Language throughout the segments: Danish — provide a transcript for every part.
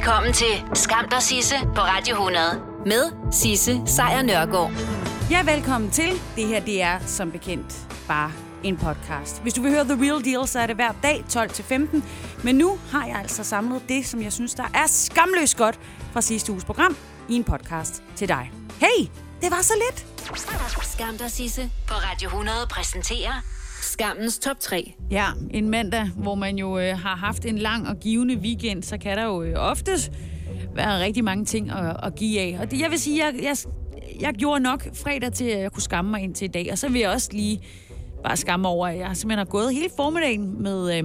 Velkommen til Skam dig Sisse på Radio 100 med Sisse Sejr Nørgaard. Ja, velkommen til. Det her, det er som bekendt bare en podcast. Hvis du vil høre The Real Deal, så er det hver dag 12-15. Men nu har jeg altså samlet det, som jeg synes, der er skamløst godt fra sidste uges program i en podcast til dig. Hey, det var så lidt. Skam dig Sisse på Radio 100 præsenterer Skammens top 3. Ja, en mandag, hvor man jo har haft en lang og givende weekend, så kan der jo oftest være rigtig mange ting at give af. Og det, jeg vil sige, jeg gjorde nok fredag til, at jeg kunne skamme mig ind til i dag. Og så vil jeg også lige bare skamme over, at jeg simpelthen har gået hele formiddagen med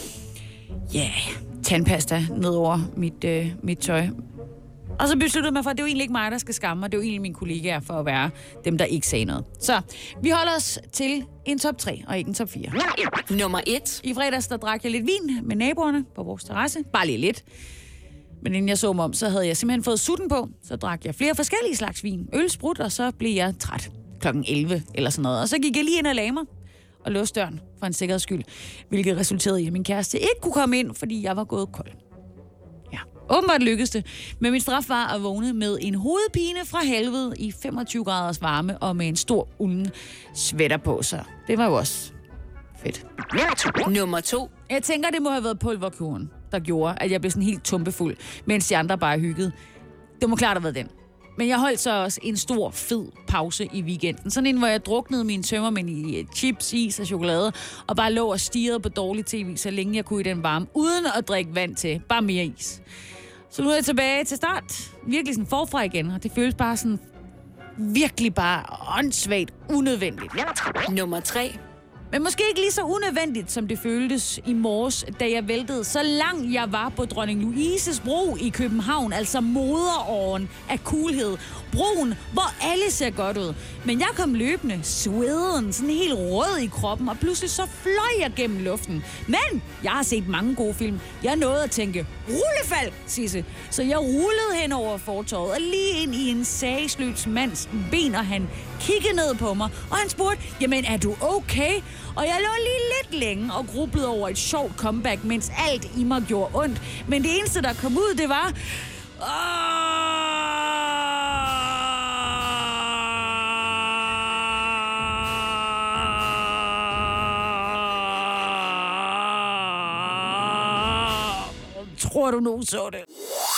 tandpasta ned over mit tøj. Og så besluttede jeg mig for, at det er jo egentlig ikke mig, der skal skamme mig. Det er jo egentlig mine kollegaer for at være dem, der ikke sagde noget. Så vi holder os til en top 3 og ikke en top 4. Nummer 1. I fredags, der drak jeg lidt vin med naboerne på vores terrasse. Bare lige lidt. Men inden jeg så mig om, så havde jeg simpelthen fået sutten på. Så drak jeg flere forskellige slags vin. Øl, sprut, og så blev jeg træt. Klokken 11 eller sådan noget. Og så gik jeg lige ind og lagde mig og låste døren for en sikkerheds skyld. Hvilket resulterede i, at min kæreste ikke kunne komme ind, fordi jeg var gået kold. Ja, åbenbart lykkedes det. Men min straf var at vågne med en hovedpine fra helvede i 25 graders varme og med en stor ulden sweater på. Så det var jo også fedt. Nummer 2. Jeg tænker, det må have været pulverkuren, der gjorde, at jeg blev sådan helt tumpefuld, mens de andre bare hyggede. Det må klart have været den. Men jeg holdt så også en stor, fed pause i weekenden. Sådan en, hvor jeg druknede mine tømmermænd i chips, is og chokolade, og bare lå og stirrede på dårlig tv, så længe jeg kunne i den varme, uden at drikke vand til. Bare mere is. Så nu er jeg tilbage til start. Virkelig sådan forfra igen, og det føles bare sådan virkelig bare åndssvagt unødvendigt. Nummer 3. Men måske ikke lige så unødvendigt, som det føltes i morges, da jeg væltede så langt jeg var på Dronning Louises bro i København, altså moderåren af coolhed. Broen, hvor alle ser godt ud. Men jeg kom løbende, sveden, sådan helt rød i kroppen, og pludselig så fløj jeg gennem luften. Men jeg har set mange gode film. Jeg nåede at tænke, rullefald, Sisse. Så jeg rullede hen over fortovet og lige ind i en sagsløs mands ben, og han kiggede ned på mig, og han spurgte, jamen er du okay? Og jeg lå lige lidt længe og grublede over et sjovt comeback, mens alt i mig gjorde ondt. Men det eneste, der kom ud, det var... Tror du nogen så det?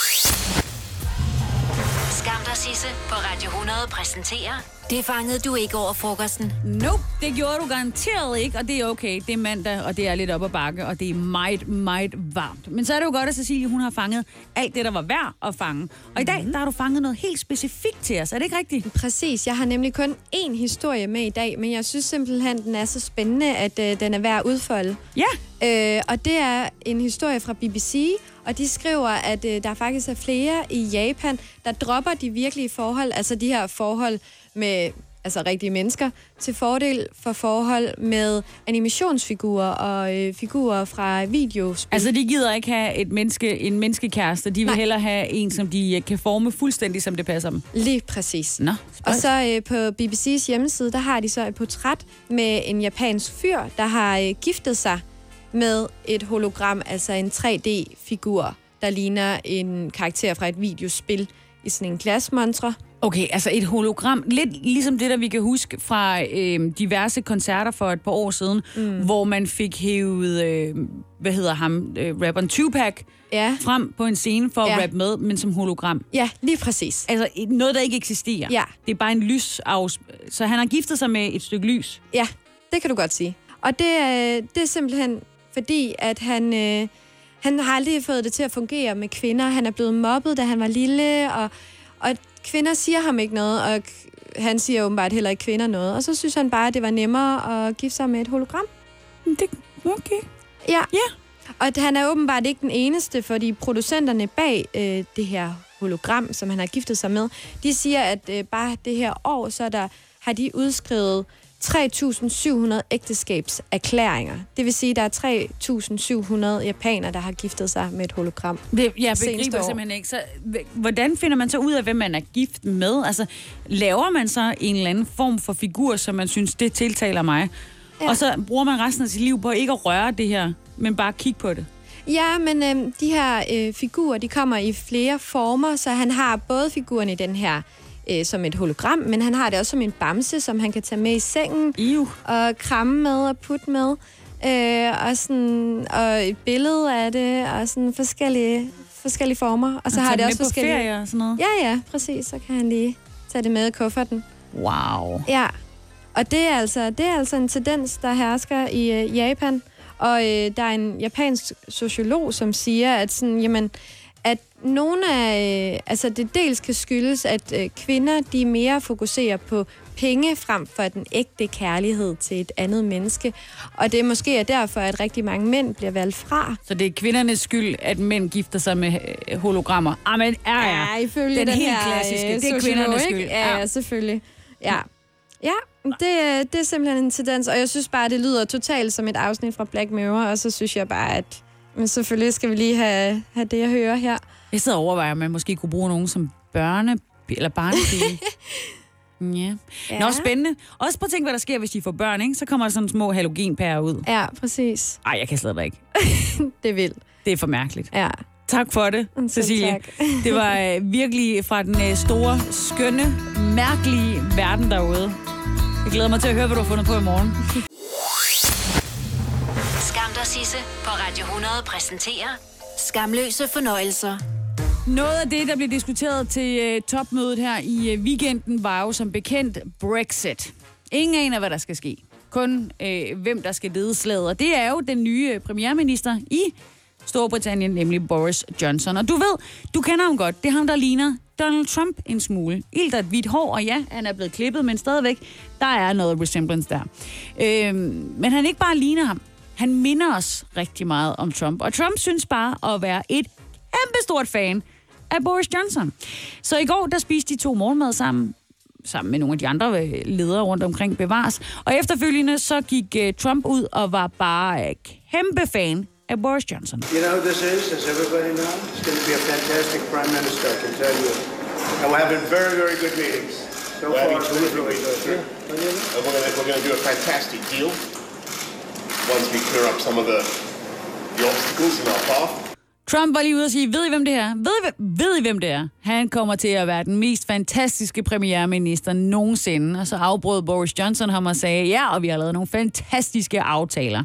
Skam dig Sisse på Radio 100 præsenterer Det fangede du ikke over frokosten. Nope, det gjorde du garanteret ikke, og det er okay. Det er mandag, og det er lidt op ad bakke, og det er meget, meget varmt. Men så er det jo godt, at Cecilie, hun har fanget alt det, der var værd at fange. Og i dag, der har du fanget noget helt specifikt til os. Er det ikke rigtigt? Præcis. Jeg har nemlig kun én historie med i dag, men jeg synes simpelthen, den er så spændende, at den er værd at udfolde. Ja. Og det er en historie fra BBC, og de skriver, at der faktisk er flere i Japan, der dropper de virkelige forhold, altså de her forhold med rigtige mennesker, til fordel for forhold med animationsfigurer og figurer fra videospil. Altså, de gider ikke have en menneskekæreste. De vil hellere have en, som de kan forme fuldstændig, som det passer dem. Lige præcis. Nå, og så på BBC's hjemmeside, der har de så et portræt med en japansk fyr, der har giftet sig med et hologram, altså en 3D-figur, der ligner en karakter fra et videospil i sådan en glasmontre. Okay, altså et hologram, lidt ligesom det, der vi kan huske fra diverse koncerter for et par år siden, hvor man fik hævet, rapperen Tupac frem på en scene for at rappe med, men som hologram. Ja, lige præcis. Altså noget, der ikke eksisterer. Ja. Det er bare en så han har giftet sig med et stykke lys. Ja, det kan du godt sige. Og det er simpelthen fordi, at han har aldrig fået det til at fungere med kvinder. Han er blevet mobbet, da han var lille, og kvinder siger ham ikke noget, og han siger åbenbart heller ikke kvinder noget. Og så synes han bare, at det var nemmere at gifte sig med et hologram. Okay. Ja. Og han er åbenbart ikke den eneste, fordi producenterne bag det her hologram, som han har giftet sig med, de siger, at bare det her år, så har de udskrevet 3.700 ægteskabserklæringer. Det vil sige, at der er 3.700 japanere, der har giftet sig med et hologram. Jeg begriber simpelthen ikke. Så, hvordan finder man så ud af, hvem man er gift med? Altså, laver man så en eller anden form for figur, som man synes, det tiltaler mig? Ja. Og så bruger man resten af sit liv på ikke at røre det her, men bare kigge på det? Ja, men de her figurer, de kommer i flere former, så han har både figuren i den her som et hologram, men han har det også som en bamse, som han kan tage med i sengen og kramme med og putte med. Og et billede af det, og sådan forskellige former. Og så har det også forskellige... ferie og sådan noget? Ja, præcis. Så kan han lige tage det med i kufferten. Wow. Ja, og det er altså en tendens, der hersker i Japan. Og der er en japansk sociolog, som siger, at sådan, jamen, at nogle af... altså, det dels kan skyldes, at kvinder, de mere fokuserer på penge frem for den ægte kærlighed til et andet menneske. Og det er måske derfor, at rigtig mange mænd bliver valgt fra. Så det er kvindernes skyld, at mænd gifter sig med hologrammer? Amen, ja, ifølge den helt klassiske. Det er kvindernes skyld. Ja, selvfølgelig. Ja. Ja, det er simpelthen en tendens, og jeg synes bare, det lyder totalt som et afsnit fra Black Mirror, og så synes jeg bare, at men selvfølgelig skal vi lige have det, jeg hører her. Jeg sidder og overvejer, at man måske kunne bruge nogen som barnepige. Ja. Nå, spændende. Også prøv at tænke, hvad der sker, hvis de får børn, ikke? Så kommer der sådan små halogenpærer ud. Ja, præcis. Ej, jeg kan slet ikke. Det er vildt. Det er for mærkeligt. Ja. Tak for det, Cecilie. Tak. Det var virkelig fra den store, skønne, mærkelige verden derude. Jeg glæder mig til at høre, hvad du har fundet på i morgen. Skam dig, Sisse på Radio 100 præsenterer Skamløse fornøjelser. Noget af det, der blev diskuteret til topmødet her i weekenden, var jo som bekendt Brexit. Ingen aner, hvad der skal ske. Kun hvem der skal lede slaget. Og det er jo den nye premierminister i Storbritannien, nemlig Boris Johnson. Og du kender ham godt. Det er ham, der ligner Donald Trump en smule. Ilt et hvidt hår, og ja, han er blevet klippet, men stadigvæk, der er noget resemblance der. Men han ikke bare ligner ham. Han minder os rigtig meget om Trump. Og Trump synes bare at være et kæmpestort fan af Boris Johnson. Så i går, der spiste de 2 morgenmad sammen med nogle af de andre ledere rundt omkring bevares. Og efterfølgende så gik Trump ud og var bare kæmpe fan af Boris Johnson. You know, this is, as everybody knows, it's going to be a fantastic prime minister, I can tell you. And we're having very, very good meetings. So far, really good. We're going to do a fantastic deal once we clear up some of the obstacles in our path. Trump var lige ude og sige, ved I, hvem det er? Ved I, hvem det er? Han kommer til at være den mest fantastiske premierminister nogensinde. Og så afbrød Boris Johnson ham og sagde, ja, og vi har lavet nogle fantastiske aftaler.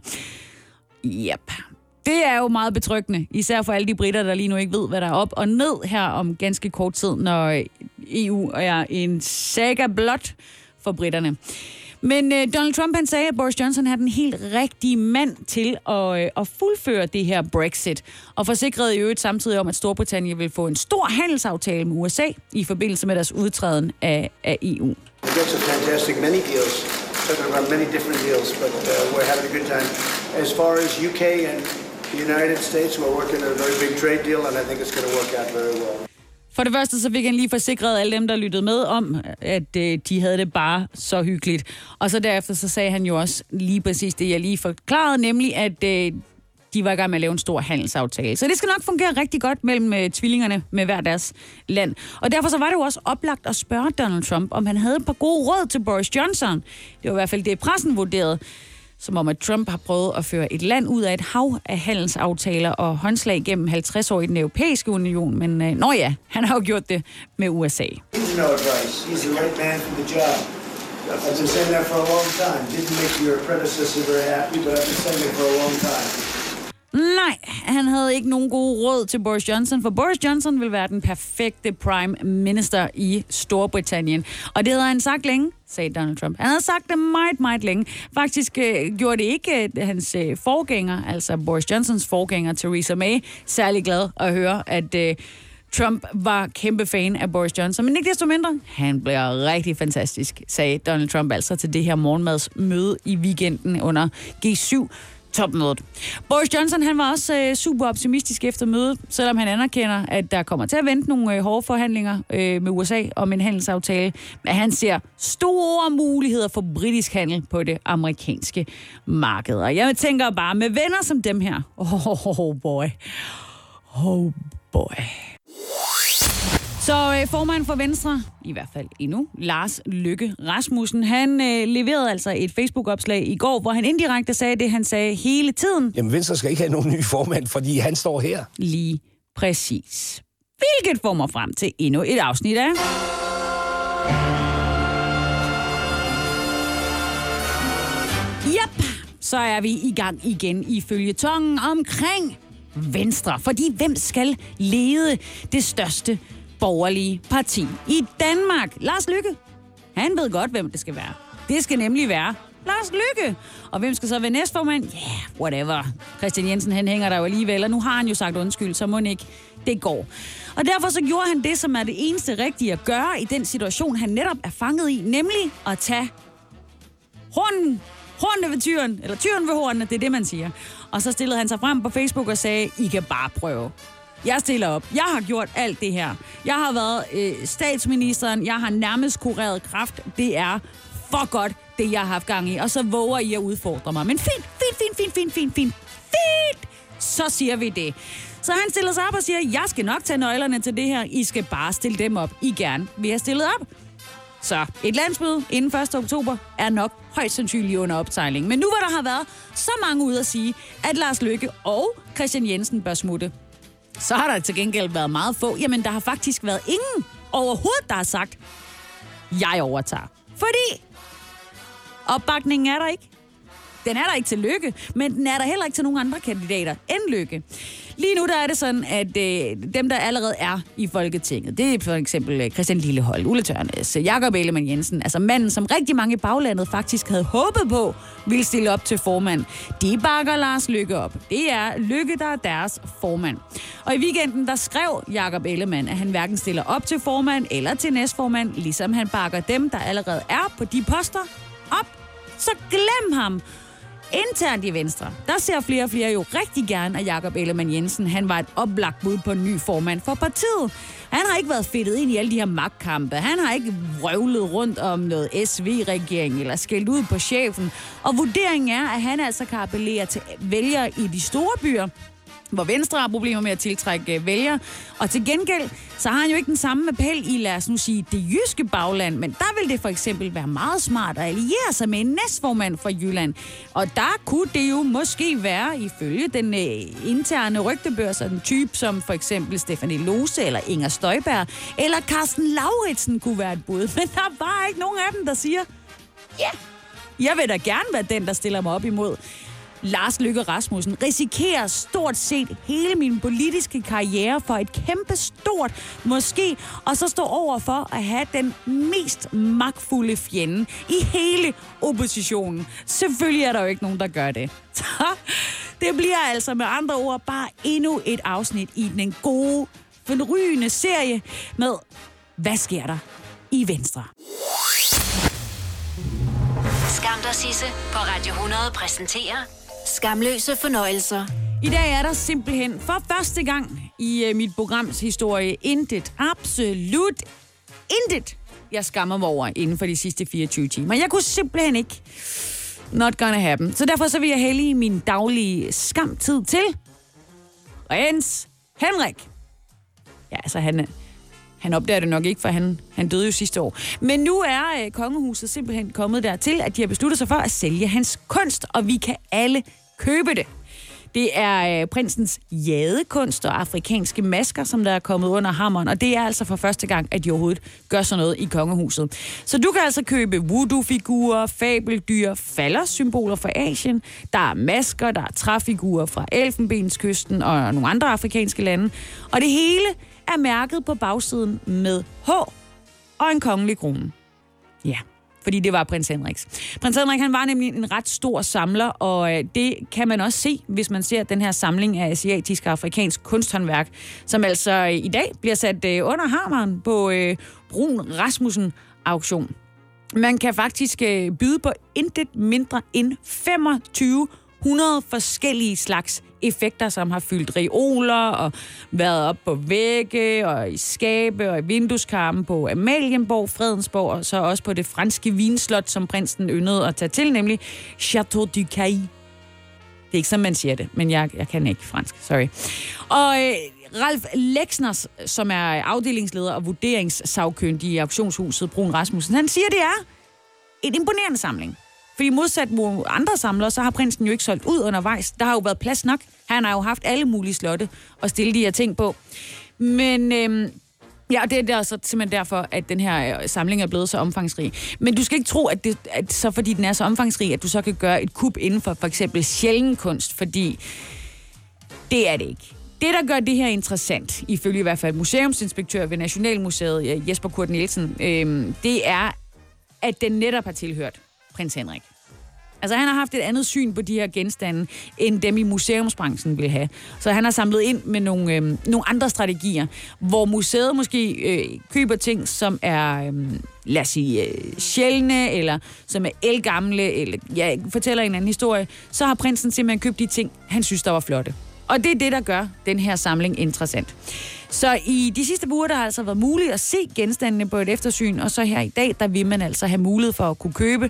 Yep. Det er jo meget betryggende, især for alle de britter, der lige nu ikke ved, hvad der er op og ned her om ganske kort tid, når EU er en saga blot for britterne. Men Donald Trump, han sagde, at Boris Johnson er den helt rigtige mand til at fuldføre det her Brexit, og forsikrede i øvrigt samtidig om, at Storbritannien vil få en stor handelsaftale med USA i forbindelse med deres udtræden af EU. That's a fantastic many deals. Talking about many different deals, but we're having a good time. As far as UK and the United States, we're working on a very big trade deal, and I think it's going to work out very well. For det første, så fik han lige forsikret alle dem, der lyttede med om, at de havde det bare så hyggeligt. Og så derefter, så sagde han jo også lige præcis det, jeg lige forklarede, nemlig at de var i gang med at lave en stor handelsaftale. Så det skal nok fungere rigtig godt mellem tvillingerne med hver deres land. Og derfor så var det jo også oplagt at spørge Donald Trump, om han havde et par gode råd til Boris Johnson. Det var i hvert fald det, pressen vurderede. Som om, at Trump har prøvet at føre et land ud af et hav af handelsaftaler og håndslag gennem 50 år i den europæiske union. Men han har jo gjort det med USA. He's no advice. He's the right man for the job. I've been saying that for a long time. Didn't make your predecessor very happy, but I've been saying it for a long time. Nej, han havde ikke nogen gode råd til Boris Johnson, for Boris Johnson vil være den perfekte prime minister i Storbritannien. Og det havde han sagt længe, sagde Donald Trump. Han havde sagt det meget, meget længe. Faktisk gjorde det ikke hans forgænger, altså Boris Johnsons forgænger, Theresa May, særlig glad at høre, at Trump var kæmpe fan af Boris Johnson. Men ikke desto mindre, han bliver rigtig fantastisk, sagde Donald Trump altså til det her morgenmadsmøde i weekenden under G7. Topmødet. Boris Johnson, han var også super optimistisk efter mødet, selvom han anerkender, at der kommer til at vente nogle hårde forhandlinger med USA om en handelsaftale. Men han ser store muligheder for britisk handel på det amerikanske marked. Og jeg tænker bare, med venner som dem her. Oh boy. Så formanden for Venstre, i hvert fald endnu, Lars Løkke Rasmussen, han leverede altså et Facebook-opslag i går, hvor han indirekte sagde det, han sagde hele tiden. Jamen, Venstre skal ikke have nogen ny formand, fordi han står her. Lige præcis. Hvilket får mig frem til endnu et afsnit af... Yep, så er vi i gang igen i føljetongen omkring Venstre. Fordi hvem skal lede det største borgerlige parti i Danmark? Lars Løkke. Han ved godt, hvem det skal være. Det skal nemlig være Lars Løkke. Og hvem skal så være næstformand? Whatever. Kristian Jensen, han hænger der jo alligevel, og nu har han jo sagt undskyld, så må ikke det går. Og derfor så gjorde han det, som er det eneste rigtige at gøre i den situation, han netop er fanget i, nemlig at tage hornene ved tyren, eller tyren ved hornene, det er det, man siger. Og så stillede han sig frem på Facebook og sagde, I kan bare prøve. Jeg stiller op. Jeg har gjort alt det her. Jeg har været statsministeren. Jeg har nærmest kureret kræft. Det er for godt, det jeg har haft gang i. Og så våger I at udfordre mig. Men fint. Så siger vi det. Så han stiller sig op og siger, jeg skal nok tage nøglerne til det her. I skal bare stille dem op. I gerne vil have stillet op. Så et landsmøde inden 1. oktober er nok højst sandsynligt under opsejling. Men nu hvor der har været så mange ude at sige, at Lars Løkke og Kristian Jensen bør smutte, så har der til gengæld været meget få. Jamen, der har faktisk været ingen overhovedet, der har sagt, jeg overtager. Fordi opbakningen er der ikke. Den er der ikke til Løkke, men den er der heller ikke til nogen andre kandidater end Løkke. Lige nu der er det sådan, at dem, der allerede er i Folketinget, det er for eksempel Christian Lillehold, Ulla Tørnæs, Jakob Ellemann-Jensen, altså manden, som rigtig mange i baglandet faktisk havde håbet på, ville stille op til formand. De bakker Lars Løkke op. Det er Løkke, der er deres formand. Og i weekenden, der skrev Jakob Ellemann, at han hverken stiller op til formand eller til næstformand, ligesom han bakker dem, der allerede er på de poster, op. Så glem ham! Internt i Venstre, der ser flere og flere jo rigtig gerne, at Jakob Ellemann-Jensen, han var et oplagt bud på en ny formand for partiet. Han har ikke været fedtet ind i alle de her magtkampe. Han har ikke vrøvlet rundt om noget SV-regering eller skældt ud på chefen. Og vurderingen er, at han altså kan appellere til vælgere i de store byer, hvor Venstre har problemer med at tiltrække vælgere. Og til gengæld, så har han jo ikke den samme appel i, lad os nu sige, det jyske bagland. Men der vil det for eksempel være meget smart at alliere sig med en næstformand fra Jylland. Og der kunne det jo måske være, ifølge den interne rygtebørs, en type som for eksempel Stefanie Lose eller Inger Støjberg eller Carsten Lauritsen kunne være et bud. Men der er bare ikke nogen af dem, der siger, ja, jeg vil da gerne være den, der stiller mig op imod Lars Løkke Rasmussen. Risikerer stort set hele min politiske karriere for et kæmpe stort måske, og så stå over for at have den mest magtfulde fjende i hele oppositionen. Selvfølgelig er der jo ikke nogen, der gør det. Så det bliver altså med andre ord bare endnu et afsnit i den gode, forrygende serie med Hvad sker der i Venstre? Skam dig, Sisse på Radio 100 præsenterer Skamløse fornøjelser. I dag er der simpelthen for første gang i mit programs historie intet, absolut intet, jeg skammer mig over inden for de sidste 24 timer. Jeg kunne simpelthen ikke. Not gonna happen. Så derfor så vil jeg hælde min daglige skamtid til Prins Henrik. Ja, altså han opdager det nok ikke, for han døde jo sidste år. Men nu er kongehuset simpelthen kommet dertil, at de har besluttet sig for at sælge hans kunst, og vi kan alle købe det. Det er prinsens jadekunst og afrikanske masker, som der er kommet under hammeren, og det er altså for første gang, at de overhovedet gør sådan noget i kongehuset. Så du kan altså købe voodoo-figurer, fabeldyr, faldersymboler fra Asien, der er masker, der er træfigurer fra Elfenbenskysten og nogle andre afrikanske lande, og det hele er mærket på bagsiden med H og en kongelig krone. Ja, fordi det var prins Henriks. Prins Henrik, han var nemlig en ret stor samler, og det kan man også se, hvis man ser den her samling af asiatisk og afrikansk kunsthåndværk, som altså i dag bliver sat under hammeren på Bruun Rasmussen auktion. Man kan faktisk byde på intet mindre end 2500 forskellige slags effekter, som har fyldt reoler og været op på vægge og i skabe og i vindueskarmen på Amalienborg, Fredensborg og så også på det franske vinslot, som prinsen yndede at tage til, nemlig Chateau du Cay. Det er ikke, som man siger det, men jeg kan ikke fransk. Sorry. Og Ralf Lexners, som er afdelingsleder og vurderingssagkyndig i auktionshuset Bruun Rasmussen, han siger, det er en imponerende samling. Fordi modsat mod andre samlere, så har prinsen jo ikke solgt ud undervejs. Der har jo været plads nok. Han har jo haft alle mulige slotte at stille de her ting på. Men ja, det er så simpelthen derfor, at den her samling er blevet så omfangsrig. Men du skal ikke tro, at så fordi den er så omfangsrig, at du så kan gøre et kup inden for eksempel sjælden kunst, fordi det er det ikke. Det, der gør det her interessant, ifølge i hvert fald museumsinspektør ved Nationalmuseet, Jesper Kurt Nielsen, det er, at den netop har tilhørt prins Henrik. Altså, han har haft et andet syn på de her genstande, end dem i museumsbranchen vil have. Så han har samlet ind med nogle andre strategier, hvor museet måske køber ting, som er, lad os sige, sjældne, eller som er ældgamle, eller fortæller en anden historie. Så har prinsen simpelthen købt de ting, han synes, der var flotte. Og det er det, der gør den her samling interessant. Så i de sidste uger, der har altså været muligt at se genstandene på et eftersyn, og så her i dag, der vil man altså have mulighed for at kunne købe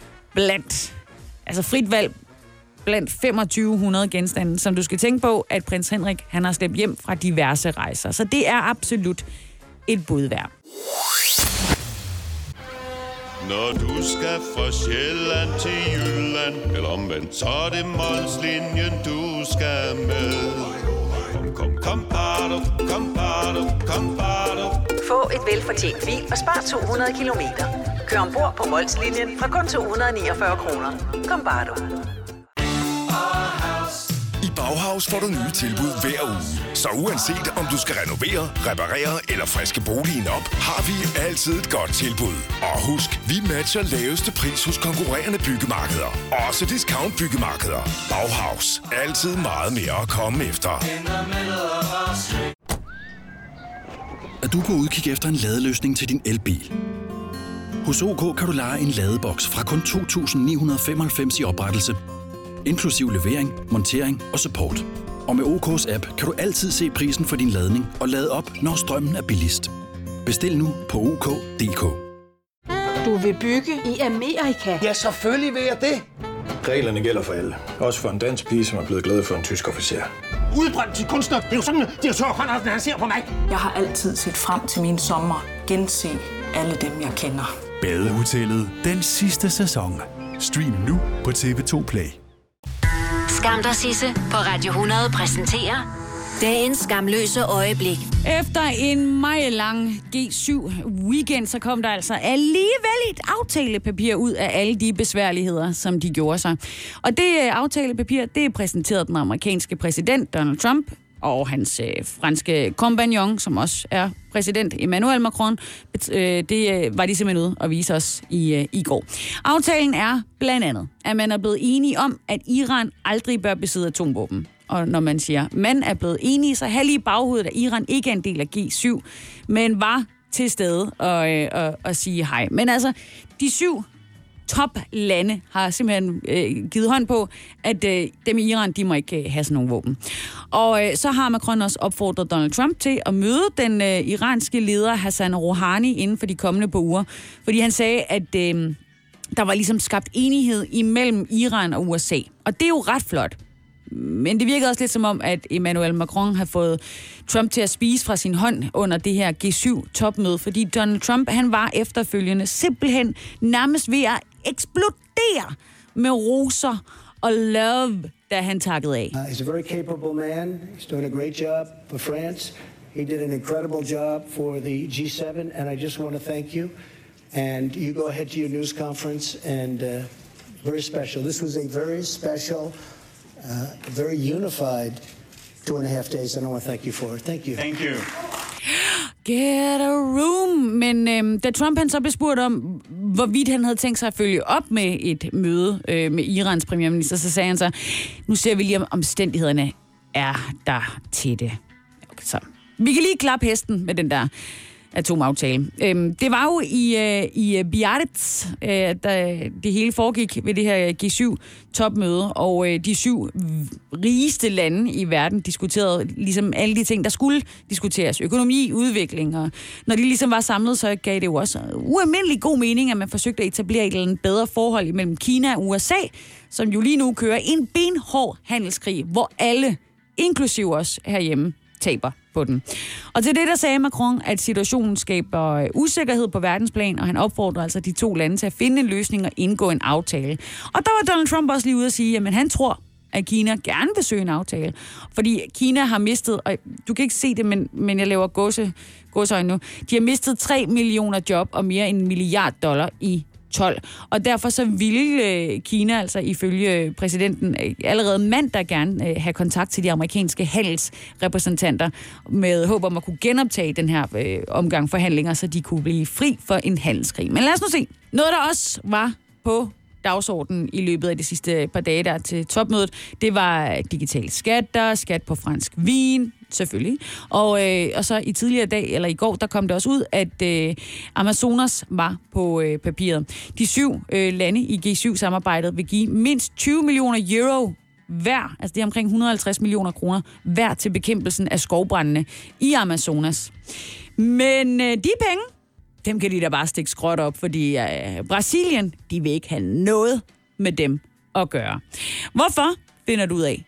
frit valg blandt 2500 genstande, som du skal tænke på, at prins Henrik, han har slæbt hjem fra diverse rejser. Så det er absolut et bud værd. Når du skal fra Sjælland til Jylland, eller omvendt, så er det Molslinjen, du skal med. Kom, bado, kom, bado. Få et velfortjent bil og spar 200 kilometer. Kør ombord på Molslinjen fra kun 249 kroner. Kom bare du. I Bauhaus får du nye tilbud hver uge. Så uanset om du skal renovere, reparere eller friske boligen op, har vi altid et godt tilbud. Og husk, vi matcher laveste pris hos konkurrerende byggemarkeder. Også discount byggemarkeder. Bauhaus. Altid meget mere at komme efter. Er du på udkig efter en ladeløsning til din elbil? Hos OK kan du leje en ladeboks fra kun 2.995 i oprettelse, inklusiv levering, montering og support. Og med OK's app kan du altid se prisen for din ladning og lade op, når strømmen er billigst. Bestil nu på OK.dk. Du vil bygge i Amerika? Ja, selvfølgelig vil jeg det. Reglerne gælder for alle. Også for en dansk pige, som er blevet glad for en tysk officer. Udbrændt til kunstner. Det er jo sådan, at direktør Conradsen, han ser på mig. Jeg har altid set frem til min sommer. Gense alle dem, jeg kender. Badehotellet. Den sidste sæson. Stream nu på TV2 Play. Skam dig, Sisse på Radio 100 præsenterer dagens skamløse øjeblik. Efter en meget lang G7-weekend, så kom der altså alligevel et aftalepapir ud af alle de besværligheder, som de gjorde sig. Og det aftalepapir, det præsenterede den amerikanske præsident Donald Trump og hans franske kompagnon, som også er præsident Emmanuel Macron. Det var de simpelthen ude at vise os i går. Aftalen er blandt andet, at man er blevet enige om, at Iran aldrig bør besidde atomvåben. Og når man siger, man er blevet enige, så have lige i baghovedet, at Iran ikke er en del af G7, men var til stede og sige hej. Men altså, de 7 toplande har simpelthen givet hånd på, at dem i Iran, de må ikke have sådan nogle våben. Og så har Macron også opfordret Donald Trump til at møde den iranske leder Hassan Rouhani inden for de kommende par uger. Fordi han sagde, at der var ligesom skabt enighed imellem Iran og USA. Og det er jo ret flot. Men det virkede også lidt som om, at Emmanuel Macron har fået Trump til at spise fra sin hånd under det her G7-topmøde, fordi Donald Trump, han var efterfølgende simpelthen nærmest ved at eksplodere med roser og love, da han takkede af. He's a very capable man. He's doing a great job for France. He did an incredible job for the G7, and I just want to thank you. And you go ahead to your news conference, and very special. This was a very special, very unified 2.5 days, and I want to thank you for it. Thank you. Thank you. Get a room. Men da Trump han så blev spurgt om, hvorvidt han havde tænkt sig at følge op med et møde med Irans premierminister, så sagde han så, nu ser vi lige, om omstændighederne er der til det. Okay, så vi kan lige klappe hesten med den der. atomaftale. Det var jo i Biarritz, da det hele foregik ved det her G7-topmøde, og de 7 rigeste lande i verden diskuterede ligesom alle de ting, der skulle diskuteres. Økonomi, udvikling, og når de ligesom var samlet, så gav det jo også ualmindelig god mening, at man forsøgte at etablere et eller andet bedre forhold mellem Kina og USA, som jo lige nu kører en benhård handelskrig, hvor alle, inklusive os herhjemme, taber på den. Og til det, der sagde Macron, at situationen skaber usikkerhed på verdensplan, og han opfordrer altså de 2 lande til at finde en løsning og indgå en aftale. Og der var Donald Trump også lige ude at sige, at han tror, at Kina gerne vil søge en aftale. Fordi Kina har mistet, og du kan ikke se det, men jeg laver gåseøjne nu, de har mistet 3 millioner job og mere end $1 milliard i 12. Og derfor så ville Kina altså ifølge præsidenten allerede mandag gerne have kontakt til de amerikanske handelsrepræsentanter med håb om at kunne genoptage den her omgang forhandlinger, så de kunne blive fri for en handelskrig. Men lad os nu se. Noget, der også var på dagsordenen i løbet af de sidste par dage der til topmødet, det var digitale skatter, skat på fransk vin, selvfølgelig. Og så i tidligere dag, eller i går, der kom det også ud, at Amazonas var på papiret. De 7 lande i G7-samarbejdet vil give mindst 20 millioner euro hver, altså det er omkring 150 millioner kroner hver til bekæmpelsen af skovbrændene i Amazonas. Men de penge, dem kan de da bare stikke skråt op, fordi Brasilien, de vil ikke have noget med dem at gøre. Hvorfor, finder du ud af?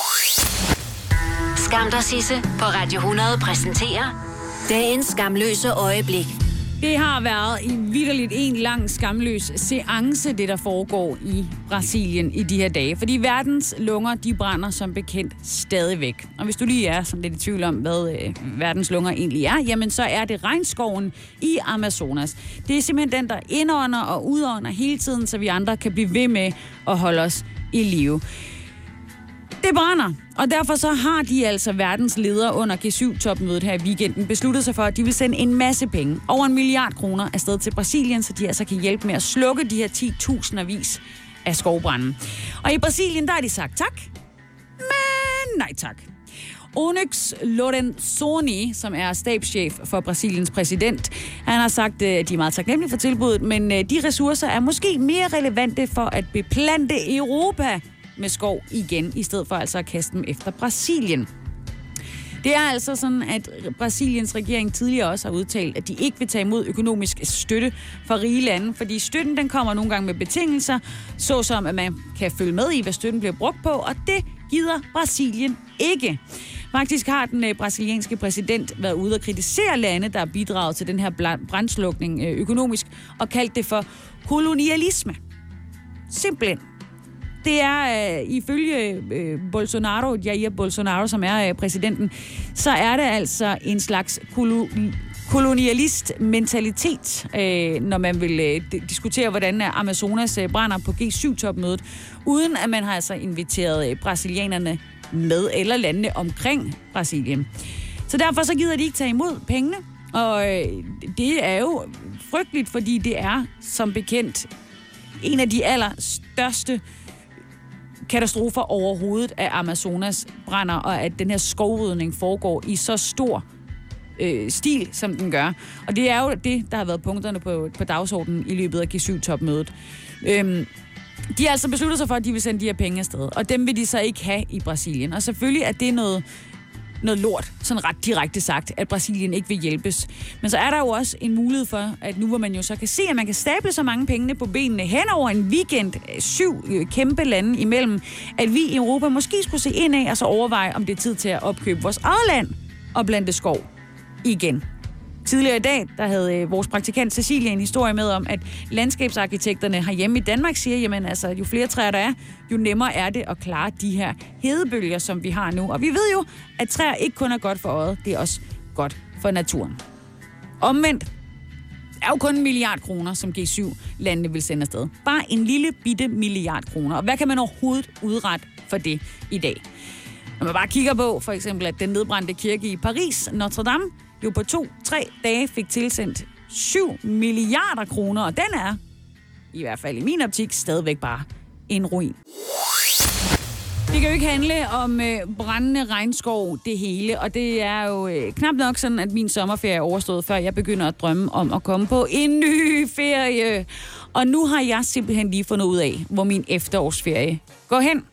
Skam dig, Sisse på Radio 100 præsenterer dagens skamløse øjeblik. Det har været i vitterligt en lang skamløs seance, det der foregår i Brasilien i de her dage. Fordi verdens lunger, de brænder som bekendt stadigvæk. Og hvis du lige er sådan lidt i tvivl om, hvad verdens lunger egentlig er, jamen så er det regnskoven i Amazonas. Det er simpelthen den, der indånder og udånder hele tiden, så vi andre kan blive ved med at holde os i live. Det brænder, og derfor så har de altså verdens ledere under G7-topmødet her i weekenden besluttet sig for, at de vil sende en masse penge, over $1 milliard afsted til Brasilien, så de altså kan hjælpe med at slukke de her 10.000 af skovbranden. Og i Brasilien, der har de sagt tak, men nej tak. Onyx Lorenzoni, som er stabschef for Brasiliens præsident, han har sagt, at de er meget taknemmelige for tilbuddet, men de ressourcer er måske mere relevante for at beplante Europa med skov igen, i stedet for altså at kaste dem efter Brasilien. Det er altså sådan, at Brasiliens regering tidligere også har udtalt, at de ikke vil tage imod økonomisk støtte fra rige lande, fordi støtten den kommer nogle gange med betingelser, såsom at man kan følge med i, hvad støtten bliver brugt på, og det gider Brasilien ikke. Faktisk har den brasilianske præsident været ude og kritisere lande, der har bidraget til den her brandslukning økonomisk, og kaldt det for kolonialisme. Simpelthen. Det er ifølge Bolsonaro, Jair Bolsonaro, som er præsidenten, så er det altså en slags kolonialist-mentalitet, når man vil diskutere, hvordan Amazonas brænder på G7-topmødet, uden at man har altså inviteret brasilianerne med, eller landene omkring Brasilien. Så derfor så gider de ikke tage imod pengene, og det er jo frygteligt, fordi det er, som bekendt, en af de allerstørste katastrofer overhovedet af Amazonas brænder, og at den her skovrydning foregår i så stor stil, som den gør. Og det er jo det, der har været punkterne på dagsordenen i løbet af G7-topmødet. De har altså besluttet sig for, at de vil sende de her penge afsted, og dem vil de så ikke have i Brasilien. Og selvfølgelig er det noget lort, sådan ret direkte sagt, at Brasilien ikke vil hjælpes. Men så er der jo også en mulighed for, at nu hvor man jo så kan se, at man kan stable så mange penge på benene hen over en weekend, 7 kæmpe lande imellem, at vi i Europa måske skulle se ind af og så overveje, om det er tid til at opkøbe vores eget land og plante skov igen. Tidligere i dag, der havde vores praktikant Cecilia en historie med om, at landskabsarkitekterne herhjemme i Danmark siger, jamen altså, jo flere træer der er, jo nemmere er det at klare de her hedebølger, som vi har nu. Og vi ved jo, at træer ikke kun er godt for øjet, det er også godt for naturen. Omvendt er jo kun $1 milliard, som G7-landene vil sende afsted. Bare en lille bitte $1 milliard. Og hvad kan man overhovedet udrette for det i dag? Når man bare kigger på, for eksempel, at den nedbrændte kirke i Paris, Notre Dame, jo på 2-3 dage fik tilsendt 7 milliarder kroner, og den er, i hvert fald i min optik, stadigvæk bare en ruin. Det kan jo ikke handle om brændende regnskov, det hele, og det er jo knap nok sådan, at min sommerferie er overstået, før jeg begynder at drømme om at komme på en ny ferie. Og nu har jeg simpelthen lige fundet ud af, hvor min efterårsferie går hen.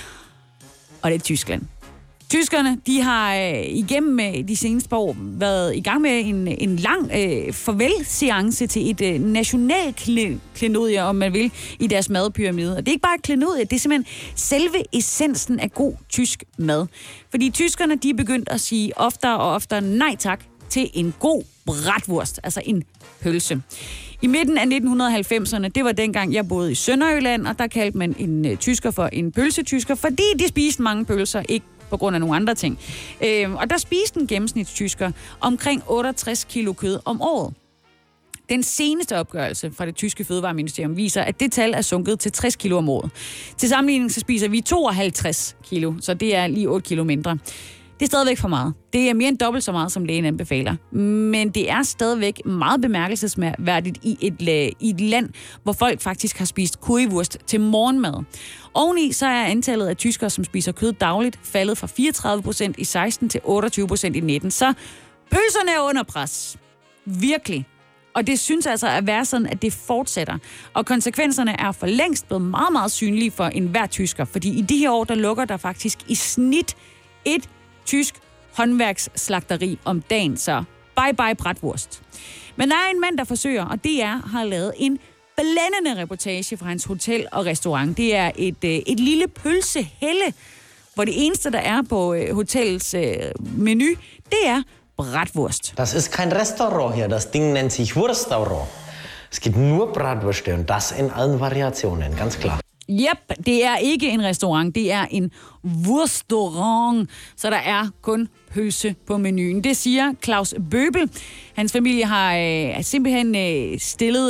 Og det er Tyskland. Tyskerne, de har igennem de seneste par år været i gang med en lang farvelseance til et nationalklenodie, om man vil, i deres madpyramide. Og det er ikke bare et klenodie, det er simpelthen selve essensen af god tysk mad. Fordi tyskerne, de er begyndt at sige oftere og oftere nej tak til en god bratwurst, altså en pølse. I midten af 1990'erne, det var dengang, jeg boede i Sønderjylland, og der kaldte man en tysker for en pølsetysker, fordi de spiste mange pølser, ikke på grund af nogle andre ting. Og der spiste en gennemsnitstysker omkring 68 kilo kød om året. Den seneste opgørelse fra det tyske fødevareministerium viser, at det tal er sunket til 60 kilo om året. Til sammenligning så spiser vi 52 kilo, så det er lige 8 kilo mindre. Det er stadigvæk for meget. Det er mere end dobbelt så meget, som lægen anbefaler. Men det er stadigvæk meget bemærkelsesværdigt i et land, hvor folk faktisk har spist currywurst til morgenmad. Oveni så er antallet af tyskere, som spiser kød dagligt, faldet fra 34% i 16 til 28% i 19. Så pølserne er under pres. Virkelig. Og det synes altså at være sådan, at det fortsætter. Og konsekvenserne er for længst blevet meget, meget synlige for enhver tysker. Fordi i de her år, der lukker der faktisk i snit et tysk håndværksslagteri om dagen, så bye bratwurst. Men der er en mand, der forsøger, og DR har lavet en blændende reportage fra hans hotel og restaurant. Det er et lille pølsehelle, hvor det eneste, der er på hotellets menu, det er bratwurst. Das ist kein Restaurant hier, das Ding nennt sich Wurstaurant. Es gibt nur Bratwürste und das in allen Variationen, ganz klar. Yep, det er ikke en restaurant, det er en Wurstaurant, så der er kun pølse på menuen. Det siger Klaus Bøbel. Hans familie har simpelthen stillet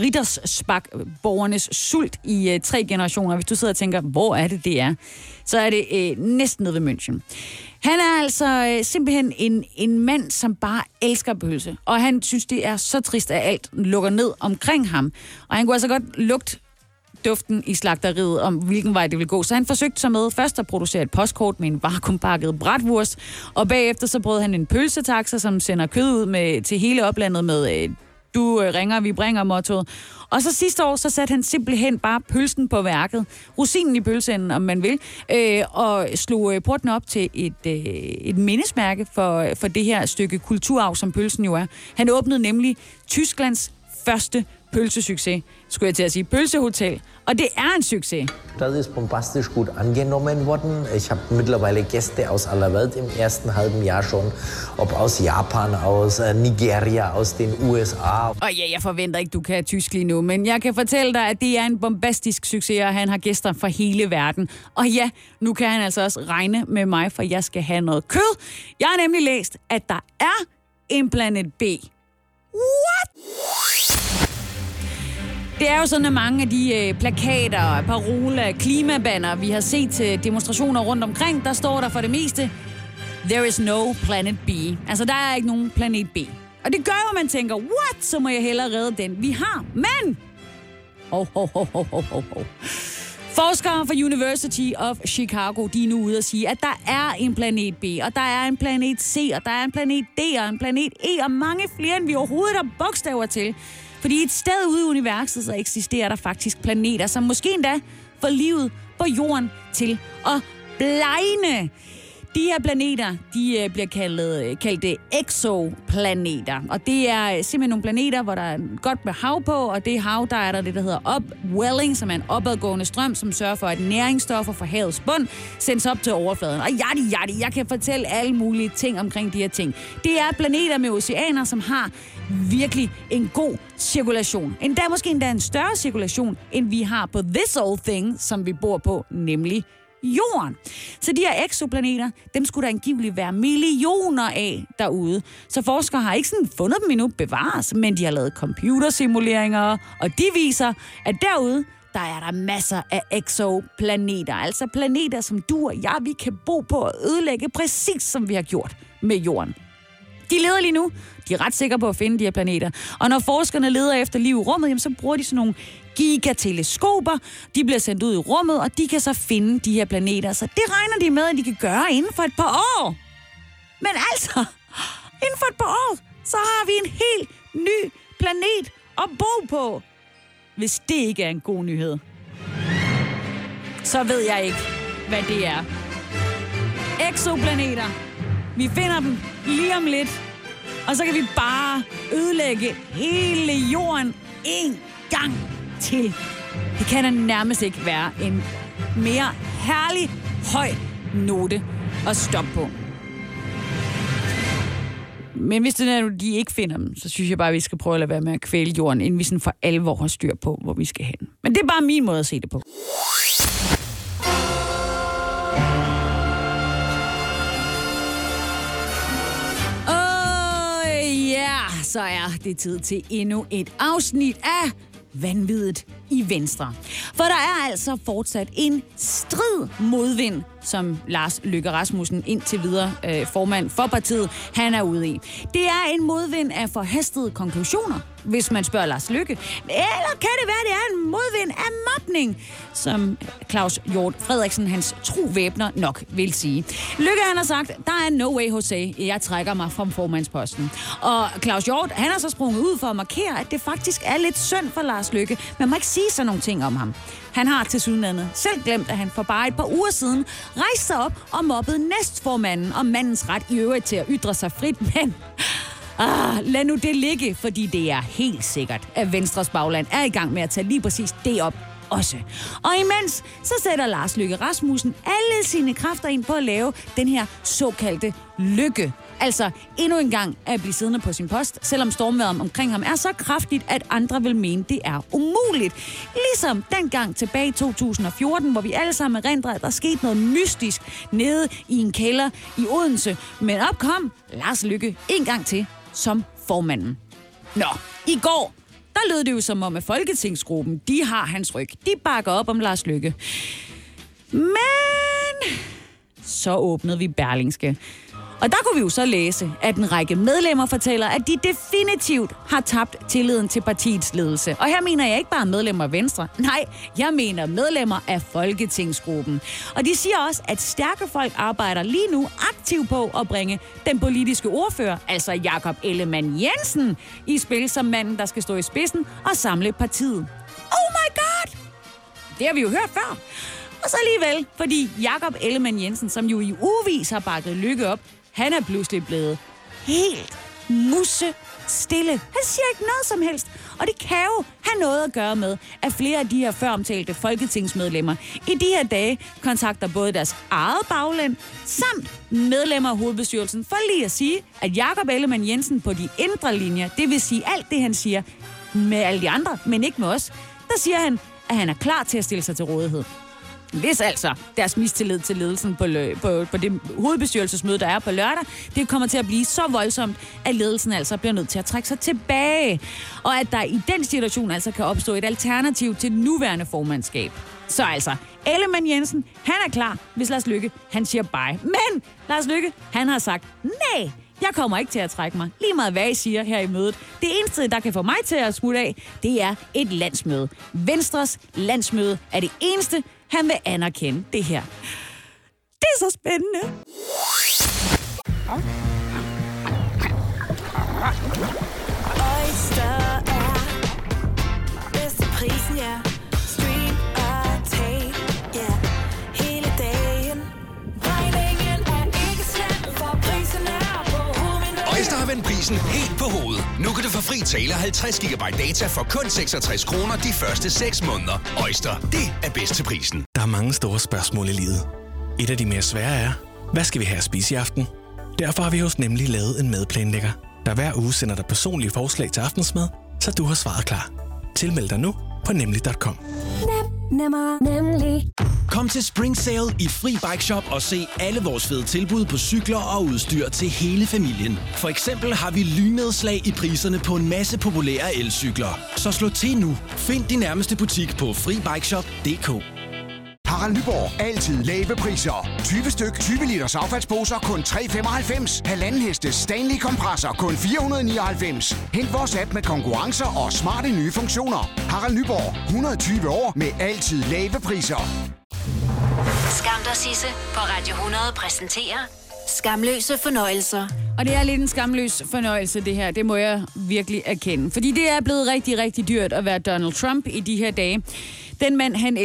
Rittersbach-borgernes sult i 3 generationer. Hvis du sidder og tænker, hvor er det er, så er det næsten nede ved München. Han er altså simpelthen en mand, som bare elsker pølse, og han synes, det er så trist, at alt lukker ned omkring ham. Og han kunne altså godt lugte duften i slagteriet om, hvilken vej det vil gå. Så han forsøgte sig med først at producere et postkort med en vakuumpakket bratwurst, og bagefter så brød han en pølsetaxa, som sender kød ud til hele oplandet med du ringer, vi bringer mottoet. Og så sidste år, så satte han simpelthen bare pølsen på værket, rosinen i pølseenden, om man vil, og slog porten op til et mindesmærke for det her stykke kulturarv, som pølsen jo er. Han åbnede nemlig Tysklands første pølsesucces, skulle jeg til at sige, pølsehotel. Og det er en succes. Das ist bombastisch gut angenommen worden. Ich habe mittlerweile Gäste aus aller Welt im ersten halben Jahr schon. Ob aus Japan, aus Nigeria, aus den USA. Og ja, jeg forventer ikke, du kan tysk lige nu, men jeg kan fortælle dig, at det er en bombastisk succes, og han har gæster fra hele verden. Og ja, nu kan han altså også regne med mig, for jeg skal have noget kød. Jeg har nemlig læst, at der er en planet B. What? Det er jo sådan, at mange af de plakater, paroler, klimabanner, vi har set til demonstrationer rundt omkring, der står der for det meste, there is no planet B. Altså, der er ikke nogen planet B. Og det gør jo, at man tænker, what? Så må jeg hellere redde den, vi har. Men! Forskere fra University of Chicago, de er nu ude at sige, at der er en planet B, og der er en planet C, og der er en planet D, og en planet E, og mange flere, end vi overhovedet har bogstaver til. Fordi et sted ude i universet, så eksisterer der faktisk planeter, som måske endda får livet på jorden til at blegne. De her planeter, de bliver kaldt exoplaneter. Og det er simpelthen nogle planeter, hvor der er godt med hav på, og det hav, der er der det, der hedder upwelling, som er en opadgående strøm, som sørger for, at næringsstoffer fra havets bund sendes op til overfladen. Og jeg kan fortælle alle mulige ting omkring de her ting. Det er planeter med oceaner, som har virkelig en god cirkulation. Måske endda en større cirkulation, end vi har på this old thing, som vi bor på, nemlig Jorden. Så de her exoplaneter, dem skulle der angiveligt være millioner af derude. Så forskere har ikke sådan fundet dem endnu bevares, men de har lavet computersimuleringer, og de viser, at derude, der er der masser af exoplaneter. Altså planeter, som du og jeg, vi kan bo på og ødelægge, præcis som vi har gjort med Jorden. De leder lige nu. De er ret sikre på at finde de her planeter. Og når forskerne leder efter liv i rummet, jamen, så bruger de sådan nogle gigateleskoper. De bliver sendt ud i rummet, og de kan så finde de her planeter. Så det regner de med, at de kan gøre inden for et par år. Men altså, inden for et par år, så har vi en helt ny planet at bo på. Hvis det ikke er en god nyhed, så ved jeg ikke, hvad det er. Exoplaneter. Vi finder dem lige om lidt. Og så kan vi bare ødelægge hele jorden en gang til. Det kan da nærmest ikke være en mere herlig, høj note at stoppe på. Men hvis det er, de ikke finder dem, så synes jeg bare, at vi skal prøve at lade være med at kvæle jorden, inden vi sådan for alvor har styr på, hvor vi skal hen. Men det er bare min måde at se det på. Så er det tid til endnu et afsnit af Vanviddet i Venstre. For der er altså fortsat en strid modvind, som Lars Løkke Rasmussen indtil videre formand for partiet, han er ude i. Det er en modvind af forhastede konklusioner, hvis man spørger Lars Løkke. Eller kan det være, det er en modvind af mobning, som Claus Hjort Frederiksen, hans trovæbner, nok vil sige. Løkke, han har sagt, der er no way, Jose, jeg trækker mig fra formandsposten. Og Claus Hjort, han har så sprunget ud for at markere, at det faktisk er lidt synd for Lars Løkke. Man må ikke sige sådan nogle ting om ham. Han har til sydenlandet selv glemt, at han for bare et par uger siden rejste sig op og mobbede næstformanden om mandens ret i øvrigt til at ytre sig frit, men lad nu det ligge, fordi det er helt sikkert, at Venstres bagland er i gang med at tage lige præcis det op også. Og imens, så sætter Lars Løkke Rasmussen alle sine kræfter ind på at lave den her såkaldte lykke. Altså endnu en gang at blive siddende på sin post, selvom stormvejret omkring ham er så kraftigt, at andre vil mene, det er umuligt. Ligesom dengang tilbage i 2014, hvor vi alle sammen erindrer, at der skete noget mystisk nede i en kælder i Odense. Men op kom Lars Løkke en gang til som formanden. Nå, i går, der lød det jo som om, at Folketingsgruppen, de har hans ryg. De bakker op om Lars Løkke. Men så åbnede vi Berlingske. Og der kunne vi jo så læse, at en række medlemmer fortæller, at de definitivt har tabt tilliden til partiets ledelse. Og her mener jeg ikke bare medlemmer af Venstre. Nej, jeg mener medlemmer af Folketingsgruppen. Og de siger også, at stærke folk arbejder lige nu aktivt på at bringe den politiske ordfører, altså Jakob Ellemann-Jensen, i spil som manden, der skal stå i spidsen og samle partiet. Oh my god! Det har vi jo hørt før. Og så alligevel, fordi Jakob Ellemann-Jensen, som jo i ugevis har bakket Løkke op, han er pludselig blevet helt musestille. Han siger ikke noget som helst. Og det kan jo have noget at gøre med, at flere af de her føromtalte folketingsmedlemmer i de her dage kontakter både deres eget bagland samt medlemmer af hovedbestyrelsen for lige at sige, at Jakob Ellemann-Jensen på de indre linjer, det vil sige alt det, han siger med alle de andre, men ikke med os, der siger han, at han er klar til at stille sig til rådighed. Hvis altså deres mistillid til ledelsen på det hovedbestyrelsesmøde, der er på lørdag, det kommer til at blive så voldsomt, at ledelsen altså bliver nødt til at trække sig tilbage. Og at der i den situation altså kan opstå et alternativ til det nuværende formandskab. Så altså, Ellemann-Jensen, han er klar, hvis Lars Løkke, han siger bye. Men Lars Løkke, han har sagt, nej, jeg kommer ikke til at trække mig. Lige meget hvad I siger her i mødet. Det eneste, der kan få mig til at smutte af, det er et landsmøde. Venstres landsmøde er det eneste, han vil anerkende det her. Det er så spændende. Oyster er bedst til prisen, ja. Stream og tag, ja. Hele dagen. Regningen er ikke slem, for prisen er på hovedet. Oyster har vendt prisen helt på hovedet. Nu kan du få fri tale 50 GB data for kun 66 kroner de første 6 måneder. Oyster, det er bedst til prisen. Der er mange store spørgsmål i livet. Et af de mere svære er, hvad skal vi have at spise i aften? Derfor har vi hos Nemlig lavet en madplanlægger, der hver uge sender dig personlige forslag til aftensmad, så du har svaret klar. Tilmeld dig nu på nemlig.com. Nemlig. Kom til Spring Sale i Fri Bike Shop og se alle vores fede tilbud på cykler og udstyr til hele familien. For eksempel har vi lynnedslag i priserne på en masse populære elcykler. Så slå til nu. Find din nærmeste butik på FriBikeShop.dk. Harald Nyborg. Altid lave priser. 20 styk, 20 liters affaldsposer kun 3,95. Halvanden hestes Stanley kompresser kun 499. Hent vores app med konkurrencer og smarte nye funktioner. Harald Nyborg. 120 år med altid lave priser. Skam dig, Sisse på Radio 100 præsenterer Skamløse fornøjelser. Og det er lidt en skamløs fornøjelse, det her. Det må jeg virkelig erkende. Fordi det er blevet rigtig, rigtig dyrt at være Donald Trump i de her dage. Den mand, han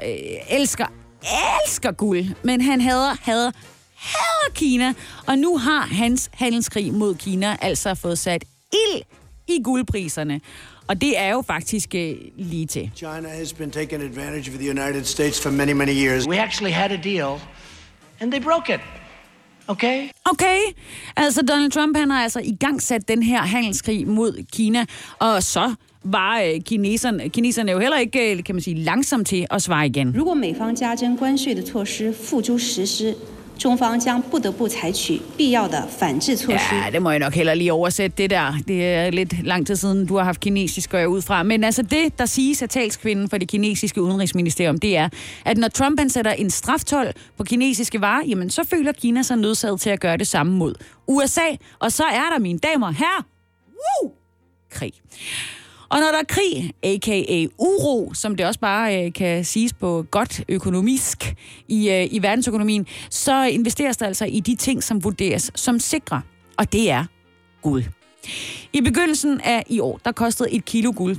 elsker guld. Men han hader Kina. Og nu har hans handelskrig mod Kina altså fået sat ild i guldpriserne. Og det er jo faktisk lige til. China has been taking advantage of the United States for many, many years. We actually had a deal, and they broke it. Okay? Okay. Altså, Donald Trump, han har altså igangsat den her handelskrig mod Kina, og så var kineserne jo heller ikke, kan man sige, langsomt til at svare igen. 如果美方加征关税的措施付诸实施，中方将不得不采取必要的反制措施。 Ja, det må jeg nok heller lige oversætte det der. Det er lidt lang tid siden, du har haft kinesisk, går jeg ud fra. Men altså det, der siges af talskvinden for det kinesiske udenrigsministerium, det er, at når Trump han sætter en straftold på kinesiske varer, jamen så føler Kina sig nødsaget til at gøre det samme mod USA. Og så er der, mine damer og herrer, krig. Og når der er krig, a.k.a. uro, som det også bare kan siges på godt økonomisk i verdensøkonomien, så investeres der altså i de ting, som vurderes som sikre. Og det er guld. I begyndelsen af i år, der kostede et kilo guld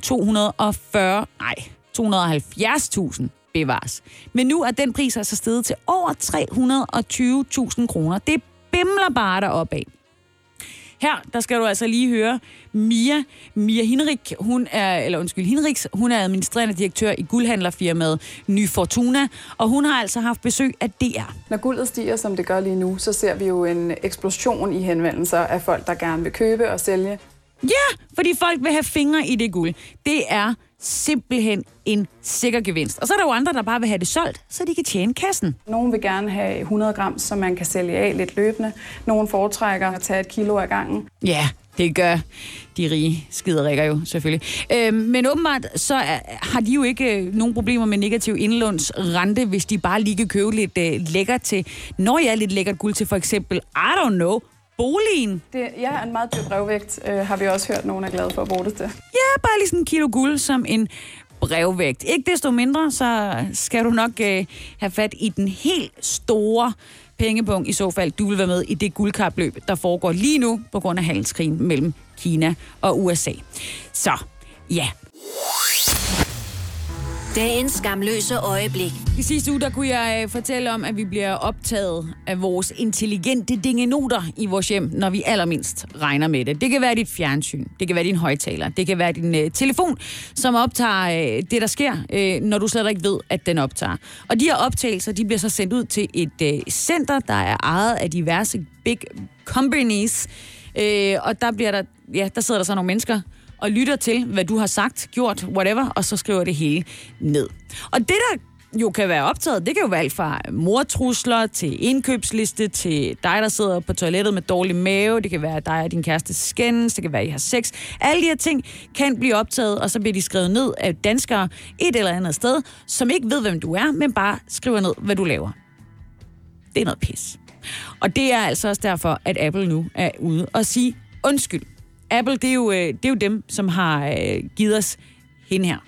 270.000 bevares. Men nu er den pris altså steget til over 320.000 kroner. Det bimler bare deropad. Her, der skal du altså lige høre Mia Hinrich, hun er administrerende direktør i guldhandlerfirmaet Ny Fortuna, og hun har altså haft besøg af DR. Når guldet stiger, som det gør lige nu, så ser vi jo en eksplosion i henvendelser af folk, der gerne vil købe og sælge. Ja, fordi folk vil have fingre i det guld. Det er simpelthen en sikker gevinst. Og så er der jo andre, der bare vil have det solgt, så de kan tjene kassen. Nogle vil gerne have 100 gram, som man kan sælge af lidt løbende. Nogle foretrækker at tage 1 kilo ad gangen. Ja, det gør de rige skiderikker jo selvfølgelig. Men åbenbart så har de jo ikke nogen problemer med negativ indlånsrente, hvis de bare lige kan købe lidt lækkert til. Når jeg er lidt lækkert guld til for eksempel, I don't know, boligen. Det er en meget dyr brevvægt, har vi også hørt, nogen er glade for at bruge det til. Ja, bare lige sådan 1 kilo guld som en brevvægt. Ikke desto mindre, så skal du nok have fat i den helt store pengepunkt i så fald. Du vil være med i det guldkapløb, der foregår lige nu på grund af handelskrigen mellem Kina og USA. Så, ja. Dagens skamløse øjeblik. I sidste uge, der kunne jeg fortælle om, at vi bliver optaget af vores intelligente dingenoter i vores hjem, når vi allermindst regner med det. Det kan være dit fjernsyn, det kan være din højttaler, det kan være din telefon, som optager det, der sker, når du slet ikke ved, at den optager. Og de her optagelser, de bliver så sendt ud til et center, der er ejet af diverse big companies, og der sidder der så nogle mennesker og lytter til, hvad du har sagt, gjort, whatever, og så skriver det hele ned. Og det, der jo kan være optaget, det kan jo være alt fra mordtrusler til indkøbsliste, til dig, der sidder på toilettet med dårlig mave, det kan være dig og din kæreste skændes, det kan være, I har sex. Alle de her ting kan blive optaget, og så bliver de skrevet ned af danskere et eller andet sted, som ikke ved, hvem du er, men bare skriver ned, hvad du laver. Det er noget pis. Og det er altså også derfor, at Apple nu er ude og sige undskyld. Apple, det er jo dem, som har givet os hende her.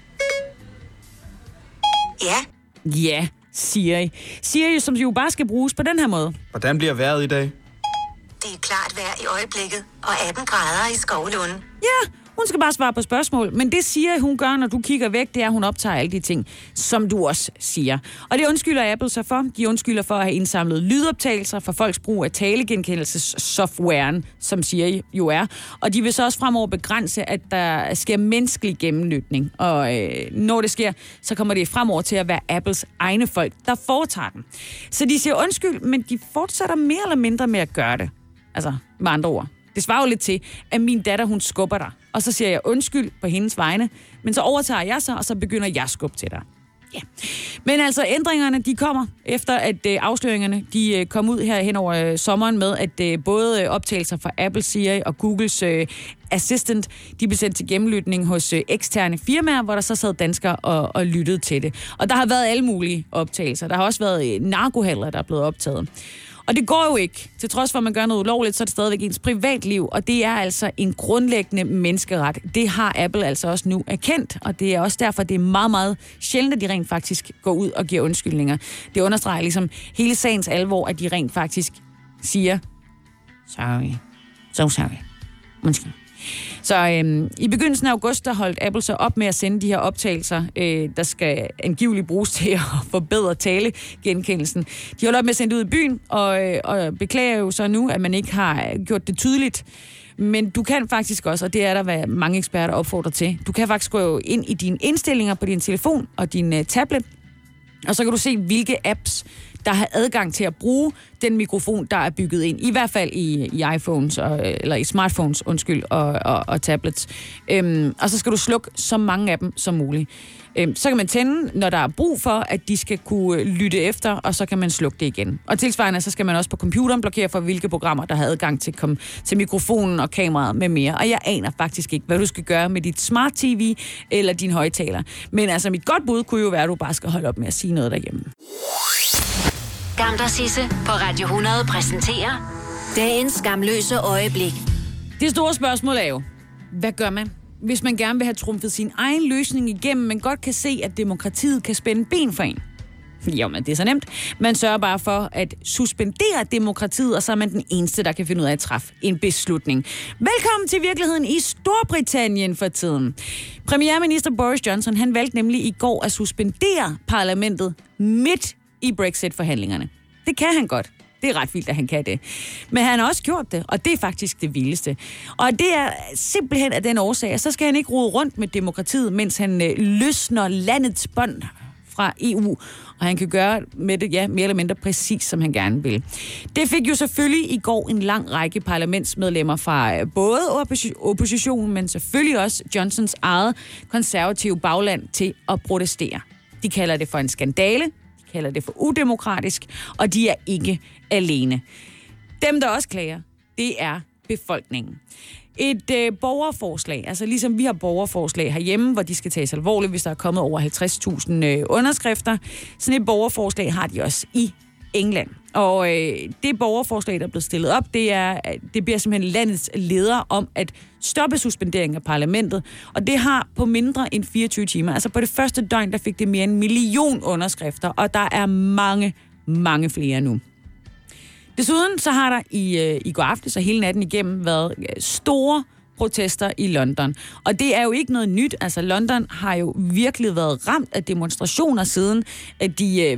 Ja. Ja, Siri. Siri, som jo bare skal bruges på den her måde. Hvordan bliver vejret i dag? Det er klart vejr i øjeblikket, og 18 grader i Skovlunde. Ja, hun skal bare svare på spørgsmål. Men det siger hun gør, når du kigger væk, det er, at hun optager alle de ting, som du også siger. Og det undskylder Apple sig for. De undskylder for at have indsamlet lydoptagelser for folks brug af talegenkendelsessoftwaren, som Siri jo er. Og de vil så også fremover begrænse, at der sker menneskelig gennemlytning. Og når det sker, så kommer det fremover til at være Apples egne folk, der foretager den. Så de siger undskyld, men de fortsætter mere eller mindre med at gøre det. Altså, med andre ord. Det svarer jo lidt til, at min datter, hun skubber dig. Og så siger jeg undskyld på hendes vegne, men så overtager jeg sig, og så begynder jeg at skubbe til dig. Men altså, ændringerne, de kommer efter, at afsløringerne, de kom ud her hen over sommeren med, at både optagelser fra Apple, Siri og Googles Assistant, de blev sendt til gennemlytning hos eksterne firmaer, hvor der så sad danskere og lyttede til det. Og der har været alle mulige optagelser. Der har også været narkohandlere, der er blevet optaget. Og det går jo ikke. Til trods for, at man gør noget ulovligt, så er det stadigvæk ens privatliv, og det er altså en grundlæggende menneskeret. Det har Apple altså også nu erkendt, og det er også derfor, det er meget, meget sjældent, at de rent faktisk går ud og giver undskyldninger. Det understreger ligesom hele sagens alvor, at de rent faktisk siger, sorry, so sorry, undskyld. Så i begyndelsen af august, der holdt Apple så op med at sende de her optagelser, der skal angiveligt bruges til at forbedre talegenkendelsen. De holdt op med at sende det ud i byen, og beklager jo så nu, at man ikke har gjort det tydeligt. Men du kan faktisk også, og det er der, hvad mange eksperter opfordrer til, du kan faktisk gå ind i dine indstillinger på din telefon og din tablet, og så kan du se, hvilke apps, der har adgang til at bruge den mikrofon, der er bygget ind. I hvert fald i iPhones, eller i smartphones, og tablets. Og så skal du slukke så mange af dem som muligt. Så kan man tænde, når der er brug for, at de skal kunne lytte efter, og så kan man slukke det igen. Og tilsvarende, så skal man også på computeren blokere for, hvilke programmer, der har adgang til mikrofonen og kameraet med mere. Og jeg aner faktisk ikke, hvad du skal gøre med dit smart TV eller din højttaler. Men altså, mit godt bud kunne jo være, at du bare skal holde op med at sige noget derhjemme. Skam dig, Sisse på Radio 100 præsenterer dagens skamløse øjeblik. Det store spørgsmål er jo, hvad gør man, hvis man gerne vil have trumfet sin egen løsning igennem, men godt kan se, at demokratiet kan spænde ben for en? Jo, men det er så nemt. Man sørger bare for at suspendere demokratiet, og så er man den eneste, der kan finde ud af at træffe en beslutning. Velkommen til virkeligheden i Storbritannien for tiden. Premierminister Boris Johnson, han valgte nemlig i går at suspendere parlamentet midt i Brexit-forhandlingerne. Det kan han godt. Det er ret vildt, at han kan det. Men han har også gjort det, og det er faktisk det vildeste. Og det er simpelthen af den årsag, så skal han ikke rode rundt med demokratiet, mens han løsner landets bånd fra EU, og han kan gøre med det, ja, mere eller mindre præcis, som han gerne vil. Det fik jo selvfølgelig i går en lang række parlamentsmedlemmer fra både oppositionen, men selvfølgelig også Johnsons eget konservative bagland til at protestere. De kalder det for en skandale, de kalder det for udemokratisk, og de er ikke alene. Dem, der også klager, det er befolkningen. Et borgerforslag, altså ligesom vi har borgerforslag herhjemme, hvor de skal tages alvorligt, hvis der er kommet over 50.000 underskrifter. Sådan et borgerforslag har de også i England. Og det borgerforslag, der er blevet stillet op, det bliver simpelthen landets leder om at stoppe suspenderingen af parlamentet. Og det har på mindre end 24 timer. Altså på det første døgn, der fik det mere end 1 million underskrifter, og der er mange, mange flere nu. Desuden så har der i går aftes og hele natten igennem været store protester i London. Og det er jo ikke noget nyt. Altså London har jo virkelig været ramt af demonstrationer siden, at de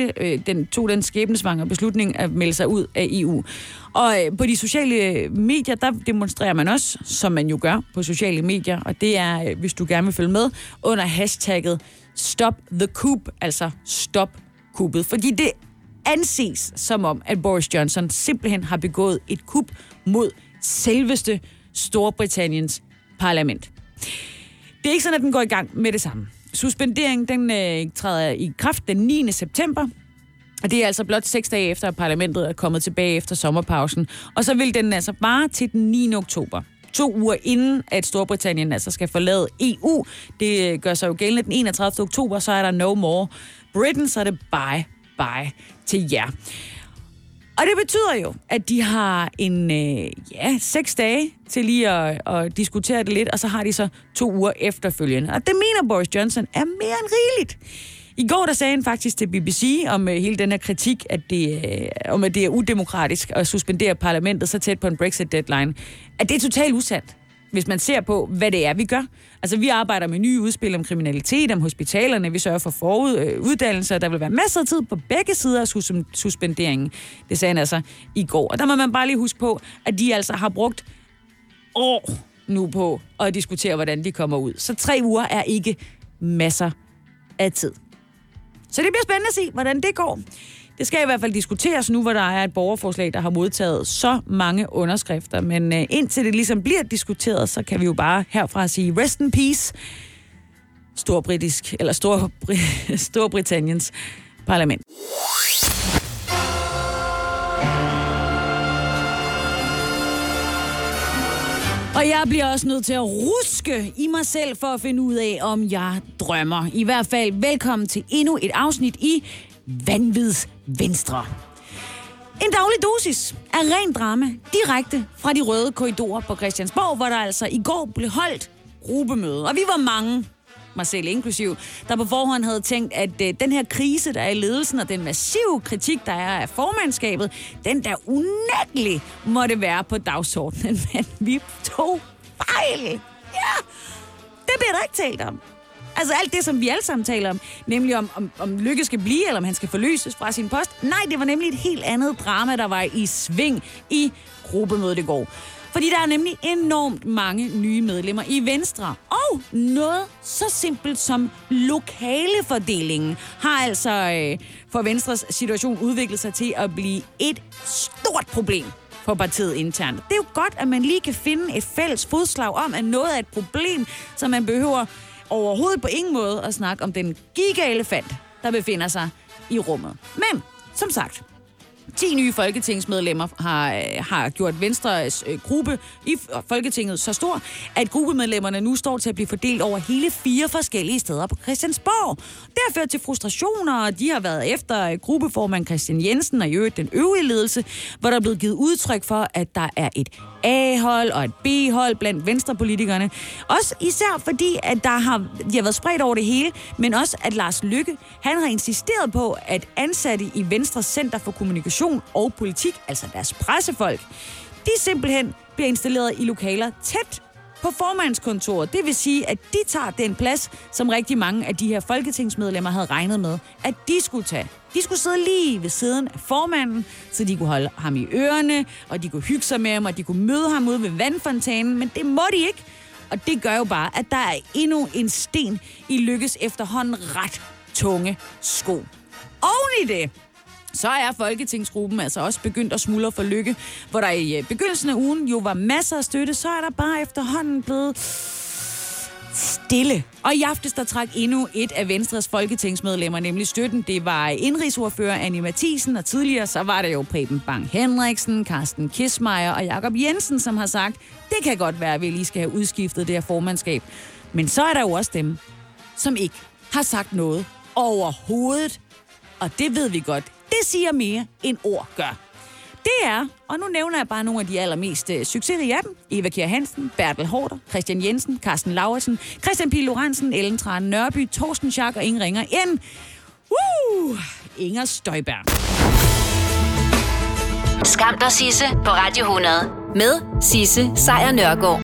tog den skæbnesvangre beslutning at melde sig ud af EU. Og på de sociale medier, der demonstrerer man også, som man jo gør på sociale medier, og det er, hvis du gerne vil følge med, under hashtagget Stop the Coup, altså stop kuppet. Fordi det anses som om, at Boris Johnson simpelthen har begået et kup mod selveste Storbritanniens parlament. Det er ikke sådan, at den går i gang med det samme. Suspenderingen, den træder i kraft den 9. september, og det er altså blot 6 dage efter, at parlamentet er kommet tilbage efter sommerpausen. Og så vil den altså vare til den 9. oktober. 2 uger inden, at Storbritannien altså skal forlade EU. Det gør sig jo gældende den 31. oktober, så er der no more Britain, så er det bye til jer. Og det betyder jo, at de har 6 dage til lige at diskutere det lidt, og så har de så 2 uger efterfølgende. Og det mener Boris Johnson er mere end rigeligt. I går der sagde han faktisk til BBC om hele den her kritik, at det er udemokratisk at suspendere parlamentet så tæt på en Brexit-deadline, at det er totalt usandt, hvis man ser på, hvad det er, vi gør. Altså, vi arbejder med nye udspil om kriminalitet, om hospitalerne, vi sørger for uddannelser, der vil være masser af tid på begge sider af suspenderingen. Det sagde han altså i går. Og der må man bare lige huske på, at de altså har brugt år nu på at diskutere, hvordan de kommer ud. Så 3 uger er ikke masser af tid. Så det bliver spændende at se, hvordan det går. Det skal i hvert fald diskuteres nu, hvor der er et borgerforslag, der har modtaget så mange underskrifter. Men indtil det ligesom bliver diskuteret, så kan vi jo bare herfra sige rest in peace Storbritanniens parlament. Og jeg bliver også nødt til at ruske i mig selv for at finde ud af, om jeg drømmer. I hvert fald velkommen til endnu et afsnit i Vanvids Venstre. En daglig dosis af ren drama direkte fra de røde korridorer på Christiansborg, hvor der altså i går blev holdt gruppemøde. Og vi var mange, mig selv inklusiv, der på forhånd havde tænkt, at den her krise, der er i ledelsen, og den massive kritik, der er af formandskabet, den der unægteligt måtte være på dagsordenen. Men vi tog fejl. Ja, det bliver der ikke talt om. Altså alt det, som vi alle sammen taler om, nemlig om Lykke skal blive, eller om han skal forløses fra sin post. Nej, det var nemlig et helt andet drama, der var i sving i gruppemødet i går. Fordi der er nemlig enormt mange nye medlemmer i Venstre. Og noget så simpelt som lokalefordelingen har altså for Venstres situation udviklet sig til at blive et stort problem for partiet internt. Det er jo godt, at man lige kan finde et fælles fodslag om, at noget er et problem, så man behøver overhovedet på ingen måde at snakke om den gigaelefant, der befinder sig i rummet. Men, som sagt, 10 nye folketingsmedlemmer har gjort Venstres gruppe i Folketinget så stor, at gruppemedlemmerne nu står til at blive fordelt over hele 4 forskellige steder på Christiansborg. Det har ført til frustrationer, og de har været efter gruppeformand Christian Jensen og i øvrigt den øvrige ledelse, hvor der er blevet givet udtryk for, at der er et A-hold og et B-hold blandt venstrepolitikerne. Også især fordi, at de har været spredt over det hele, men også at Lars Løkke, han har insisteret på, at ansatte i Venstres Center for Kommunikation og Politik, altså deres pressefolk, de simpelthen bliver installeret i lokaler tæt på formandskontoret. Det vil sige, at de tager den plads, som rigtig mange af de her folketingsmedlemmer havde regnet med, at de skulle tage. De skulle sidde lige ved siden af formanden, så de kunne holde ham i ørerne, og de kunne hygge sig med ham, og de kunne møde ham ude ved vandfontænen, men det må de ikke. Og det gør jo bare, at der er endnu en sten i Lykkes efterhånden ret tunge sko. Oven i det, så er folketingsgruppen altså også begyndt at smuldre for Lykke, hvor der i begyndelsen af ugen jo var masser af støtte, så er der bare efterhånden blevet stille. Og i aftes, der trak endnu et af Venstres folketingsmedlemmer, nemlig støtten. Det var indrigsordfører Annie Matthiesen, og tidligere så var det jo Preben Bang Henriksen, Carsten Kissmeyer og Jakob Jensen, som har sagt, det kan godt være, at vi lige skal have udskiftet det her formandskab. Men så er der jo også dem, som ikke har sagt noget overhovedet. Og det ved vi godt. Det siger mere, end ord gør. Det er, og nu nævner jeg bare nogle af de allermest succesrige af dem, Eva Kjær Hansen, Bertel Haarder, Christian Jensen, Carsten Lauritsen, Christian Pihl Lorentzen, Ellen Trane Nørby, Torsten Schack og ingen ringer end Inger Støjberg. Skam dig, Sisse, på Radio 100. Med Sisse Sejr Nørgaard.